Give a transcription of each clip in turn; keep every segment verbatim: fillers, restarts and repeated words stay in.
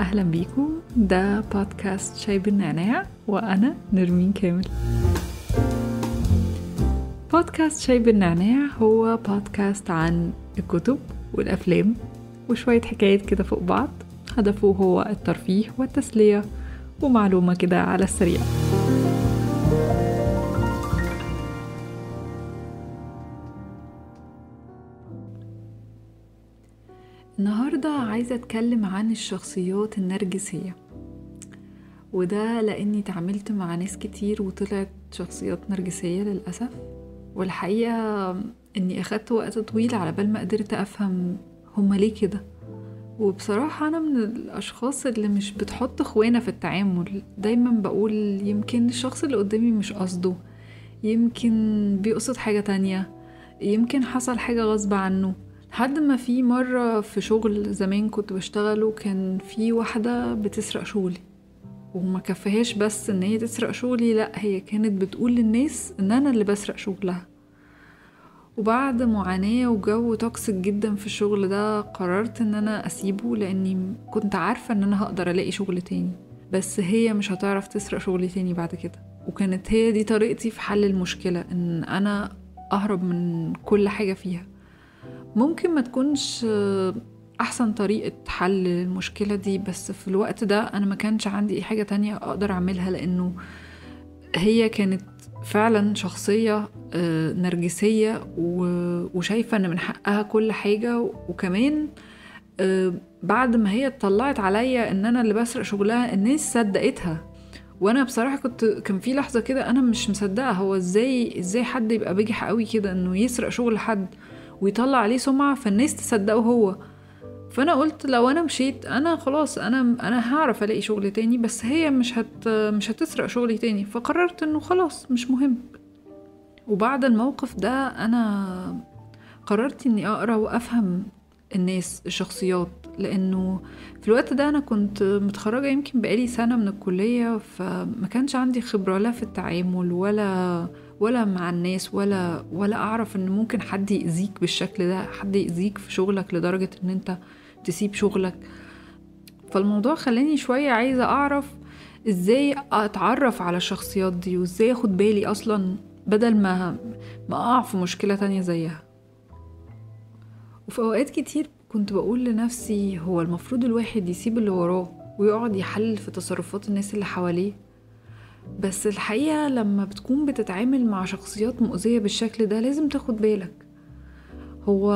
أهلا بيكم. ده بودكاست شاي بالنعناع وأنا نرمين كامل. بودكاست شاي بالنعناع هو بودكاست عن الكتب والأفلام وشوية حكايات كده فوق بعض. هدفه هو الترفيه والتسلية ومعلومة كده على السريع. النهاردة عايزة أتكلم عن الشخصيات النرجسية، وده لأني تعاملت مع ناس كتير وطلعت شخصيات نرجسية للأسف. والحقيقة أني أخدت وقت طويل على بال ما قدرت أفهم هما ليه كده. وبصراحة أنا من الأشخاص اللي مش بتحط خوانة في التعامل. دايما بقول يمكن الشخص اللي قدامي مش قصده، يمكن بيقصد حاجة تانية، يمكن حصل حاجة غصب عنه. لحد ما في مرة في شغل زمان كنت بشتغله كان في واحدة بتسرق شغلي، وما كفهاش بس ان هي تسرق شغلي، لا هي كانت بتقول للناس ان انا اللي بسرق شغلها. وبعد معاناة وجو توكسيك جدا في الشغل ده قررت ان انا اسيبه، لاني كنت عارفة ان انا هقدر الاقي شغل تاني، بس هي مش هتعرف تسرق شغلي تاني بعد كده. وكانت هي دي طريقتي في حل المشكلة، ان انا اهرب من كل حاجة فيها. ممكن ما تكونش احسن طريقة حل المشكلة دي، بس في الوقت ده انا ما كانش عندي اي حاجة تانية اقدر اعملها، لانه هي كانت فعلا شخصية نرجسية وشايفة ان من حقها كل حاجة. وكمان بعد ما هي اتطلعت عليا ان انا اللي بسرق شغلها الناس صدقتها. وانا بصراحة كنت كان في لحظة كده انا مش مصدقة، هو ازاي ازاي حد يبقى بجح قوي كده انه يسرق شغل حد ويطلع عليه سمعة فالناس تصدقه هو. فانا قلت لو انا مشيت انا خلاص انا انا هعرف الاقي شغل تاني، بس هي مش هت مش هتسرق شغلي تاني. فقررت انه خلاص مش مهم. وبعد الموقف ده انا قررت اني اقرا وافهم الناس الشخصيات، لانه في الوقت ده انا كنت متخرجة يمكن بقالي سنة من الكلية، فما كانش عندي خبرة لا في التعامل ولا ولا مع الناس ولا ولا اعرف ان ممكن حد يأذيك بالشكل ده، حد يأذيك في شغلك لدرجة ان انت تسيب شغلك. فالموضوع خلاني شوية عايزة اعرف ازاي اتعرف على الشخصيات دي، وازاي اخد بالي اصلا بدل ما ما اقع في مشكلة تانية زيها. وفي اوقات كتير كنت بقول لنفسي هو المفروض الواحد يسيب اللي وراه ويقعد يحلل في تصرفات الناس اللي حواليه، بس الحقيقة لما بتكون بتتعامل مع شخصيات مؤذية بالشكل ده لازم تاخد بالك. هو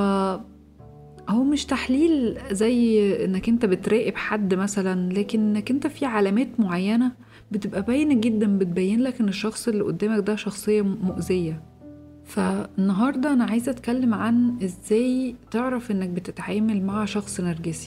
هو مش تحليل زي انك انت بتراقب حد مثلا، لكن انك انت في علامات معينة بتبقى باينة جدا بتبين لك ان الشخص اللي قدامك ده شخصية مؤذية. فالنهاردة انا عايزة اتكلم عن ازاي تعرف انك بتتعامل مع شخص نرجسي.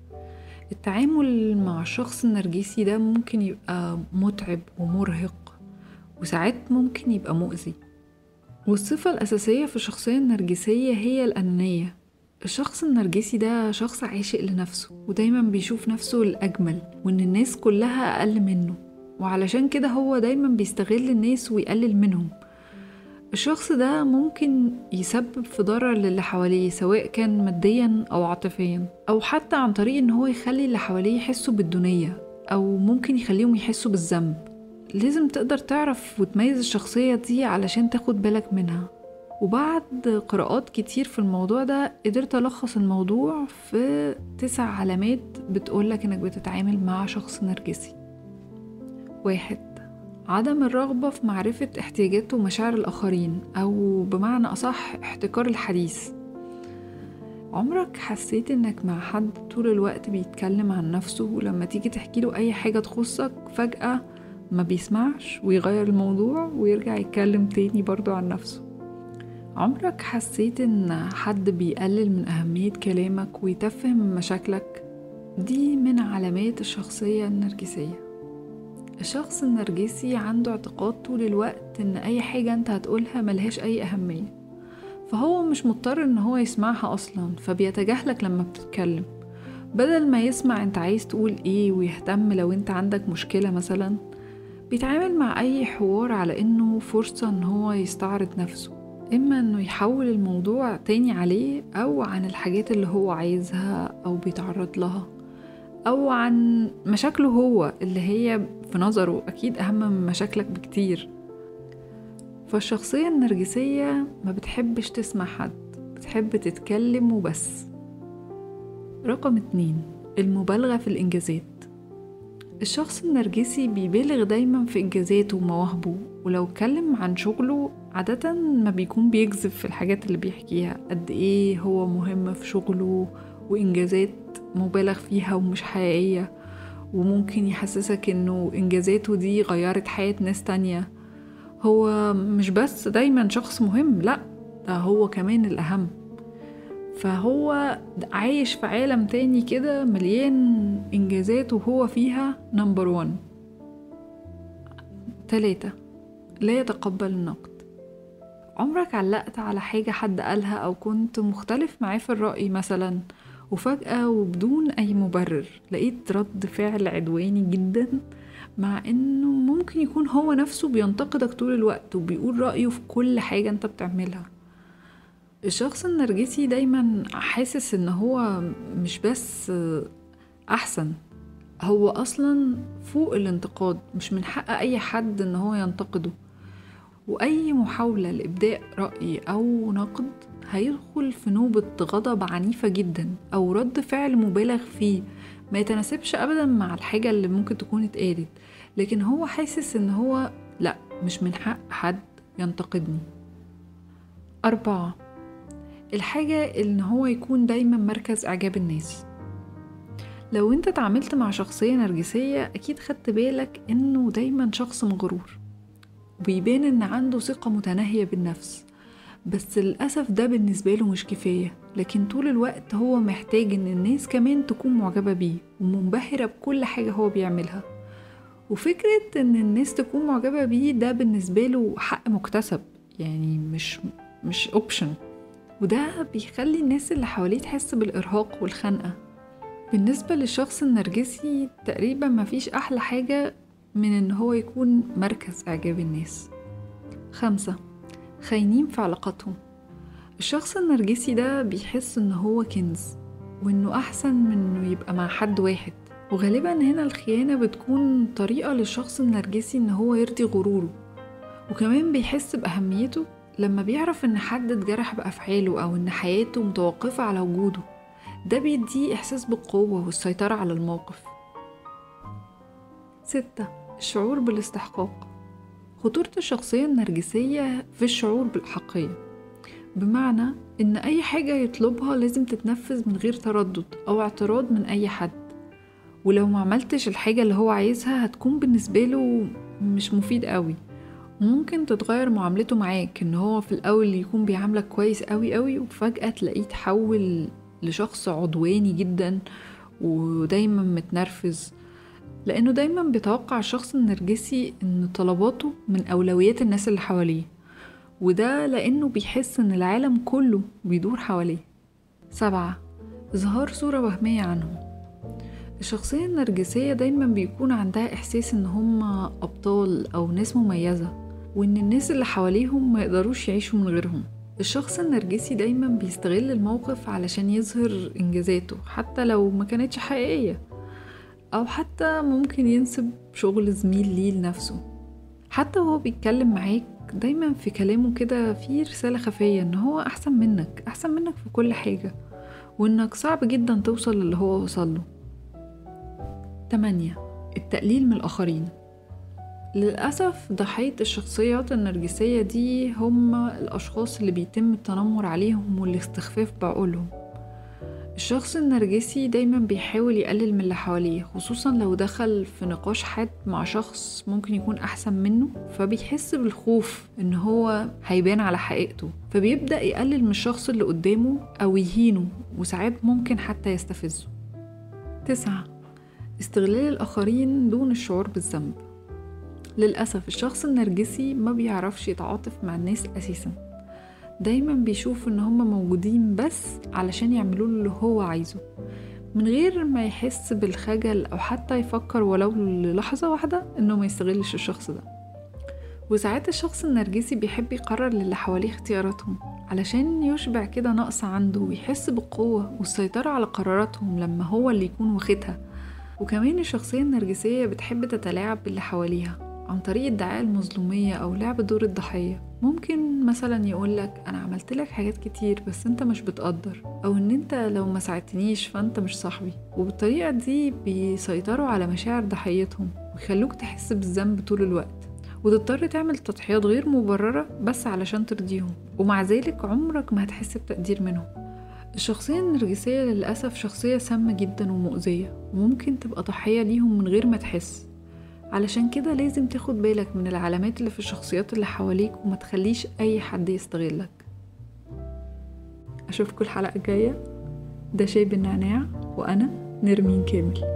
التعامل مع الشخص النرجسي ده ممكن يبقى متعب ومرهق، وساعات ممكن يبقى مؤذي. والصفة الأساسية في الشخصية النرجسية هي الأنانية. الشخص النرجسي ده شخص عاشق لنفسه، ودايما بيشوف نفسه الأجمل وإن الناس كلها أقل منه، وعلشان كده هو دايما بيستغل الناس ويقلل منهم. الشخص ده ممكن يسبب في ضرر للي حواليه، سواء كان ماديا أو عاطفيا، أو حتى عن طريق إن هو يخلي اللي حواليه يحسوا بالدونية، أو ممكن يخليهم يحسوا بالذنب. لازم تقدر تعرف وتميز الشخصية دي علشان تاخد بالك منها. وبعد قراءات كتير في الموضوع ده قدرت ألخص الموضوع في تسع علامات بتقولك إنك بتتعامل مع شخص نرجسي. واحد، عدم الرغبة في معرفة احتياجات ومشاعر الآخرين، أو بمعنى أصح احتكار الحديث. عمرك حسيت إنك مع حد طول الوقت بيتكلم عن نفسه، ولما تيجي تحكي له أي حاجة تخصك فجأة ما بيسمعش ويغير الموضوع ويرجع يتكلم تاني برضو عن نفسه؟ عمرك حسيت إن حد بيقلل من أهمية كلامك ويتفه من مشاكلك؟ دي من علامات الشخصية النرجسية. الشخص النرجسي عنده اعتقاد طول الوقت ان اي حاجة انت هتقولها ملهاش اي اهمية، فهو مش مضطر ان هو يسمعها اصلا، فبيتجاهلك لما بتتكلم. بدل ما يسمع انت عايز تقول ايه ويهتم لو انت عندك مشكلة مثلا، بيتعامل مع اي حوار على انه فرصة ان هو يستعرض نفسه، اما انه يحول الموضوع تاني عليه او عن الحاجات اللي هو عايزها او بيتعرض لها، أو عن مشاكله هو اللي هي في نظره أكيد أهم من مشاكلك بكتير. فالشخصية النرجسية ما بتحبش تسمع حد، بتحب تتكلم وبس. رقم اتنين، المبالغة في الإنجازات. الشخص النرجسي بيبالغ دايما في إنجازاته ومواهبه، ولو اتكلم عن شغله عادة ما بيكون بيكذب في الحاجات اللي بيحكيها، قد ايه هو مهم في شغله وإنجازات مبالغ فيها ومش حقيقية، وممكن يحسسك انه إنجازاته دي غيرت حياة ناس تانية. هو مش بس دايما شخص مهم، لأ ده هو كمان الأهم. فهو عايش في عالم تاني كده مليان إنجازات وهو فيها نمبر وان. تلاتة، لا يتقبل النقد. عمرك علقت على حاجة حد قالها أو كنت مختلف معاه في الرأي مثلا، وفجأة وبدون أي مبرر لقيت رد فعل عدواني جدا، مع إنه ممكن يكون هو نفسه بينتقدك طول الوقت وبيقول رأيه في كل حاجة أنت بتعملها؟ الشخص النرجسي دايما حاسس إن هو مش بس أحسن، هو أصلا فوق الانتقاد، مش من حق أي حد إن هو ينتقده. وأي محاولة لإبداء رأي أو نقد هيدخل في نوبة غضب عنيفة جدا أو رد فعل مبالغ فيه ما يتناسبش أبدا مع الحاجة اللي ممكن تكون اتقالت، لكن هو حاسس إن هو لأ، مش من حق حد ينتقدني. أربعة، الحاجة إن هو يكون دايما مركز إعجاب الناس. لو انت تعاملت مع شخصية نرجسية أكيد خدت بالك إنه دايما شخص مغرور، وبيبان إن عنده ثقة متناهية بالنفس، بس للأسف ده بالنسبة له مش كفاية، لكن طول الوقت هو محتاج إن الناس كمان تكون معجبة بيه ومنبهرة بكل حاجة هو بيعملها. وفكرة إن الناس تكون معجبة بيه ده بالنسبة له حق مكتسب، يعني مش مش اوبشن، وده بيخلي الناس اللي حواليه تحس بالإرهاق والخنقة. بالنسبة للشخص النرجسي تقريبا مفيش أحلى حاجة من إن هو يكون مركز إعجاب الناس. خمسة، خاينين في علاقاتهم. الشخص النرجسي ده بيحس إن هو كنز، وإنه أحسن من إنه يبقى مع حد واحد، وغالبا هنا الخيانة بتكون طريقة للشخص النرجسي إن هو يرضي غروره. وكمان بيحس بأهميته لما بيعرف إن حد اتجرح بأفعاله أو إن حياته متوقفة على وجوده، ده بيديه إحساس بالقوة والسيطرة على الموقف. ستة، الشعور بالاستحقاق. خطورة الشخصية النرجسية في الشعور بالأحقية، بمعنى إن أي حاجة يطلبها لازم تتنفذ من غير تردد أو اعتراض من أي حد، ولو ما عملتش الحاجة اللي هو عايزها هتكون بالنسبة له مش مفيد قوي. ممكن تتغير معاملته معاك، إن هو في الأول يكون بيعاملك كويس قوي قوي، وفجأة تلاقيه تحول لشخص عدواني جدا ودايما متنرفز، لأنه دايما بيتوقع الشخص النرجسي إن طلباته من أولويات الناس اللي حواليه، وده لأنه بيحس إن العالم كله بيدور حواليه. سبعة، إظهار صورة وهمية عنهم. الشخصية النرجسية دايما بيكون عندها إحساس إن هم أبطال أو ناس مميزة، وإن الناس اللي حواليهم ما يقدروش يعيشوا من غيرهم. الشخص النرجسي دايما بيستغل الموقف علشان يظهر إنجازاته حتى لو ما كانتش حقيقية، أو حتى ممكن ينسب شغل زميل ليه لنفسه. حتى وهو بيتكلم معاك دايما في كلامه كده في رسالة خفية إن هو أحسن منك، أحسن منك في كل حاجة، وإنك صعب جدا توصل للي هو وصله. تمانية، التقليل من الآخرين. للأسف ضحية الشخصيات النرجسية دي هم الأشخاص اللي بيتم التنمر عليهم والاستخفاف بعقولهم. الشخص النرجسي دايما بيحاول يقلل من اللي حواليه، خصوصا لو دخل في نقاش حاد مع شخص ممكن يكون أحسن منه، فبيحس بالخوف إن هو هيبان على حقيقته، فبيبدأ يقلل من الشخص اللي قدامه أو يهينه، وساعات ممكن حتى يستفزه. تسعة، استغلال الآخرين دون الشعور بالذنب. للأسف الشخص النرجسي ما بيعرفش يتعاطف مع الناس أساسا، دايما بيشوف ان هم موجودين بس علشان يعملوا اللي هو عايزه، من غير ما يحس بالخجل او حتى يفكر ولو للحظة واحدة انه ما يستغلش الشخص ده. وساعات الشخص النرجسي بيحب يقرر للي حواليه اختياراتهم علشان يشبع كده نقص عنده، ويحس بالقوة والسيطرة على قراراتهم لما هو اللي يكون واخدها، وكمان الشخصية النرجسية بتحب تتلاعب باللي حواليها عن طريق ادعاء المظلومية أو لعب دور الضحية. ممكن مثلا يقولك أنا عملتلك حاجات كتير بس أنت مش بتقدر، أو إن أنت لو ما ساعدتنيش فأنت مش صاحبي. وبالطريقة دي بيسيطروا على مشاعر ضحيتهم ويخلوك تحس بالذنب طول الوقت، وتضطر تعمل تضحيات غير مبررة بس علشان ترضيهم، ومع ذلك عمرك ما هتحس بتقدير منهم. الشخصية النرجسية للأسف شخصية سامة جدا ومؤذية، وممكن تبقى ضحية ليهم من غير ما تحس. علشان كده لازم تاخد بالك من العلامات اللي في الشخصيات اللي حواليك وما تخليش أي حد يستغلك. أشوفكوا الحلقة الجاية. ده شاي بالنعناع، وأنا نرمين كامل.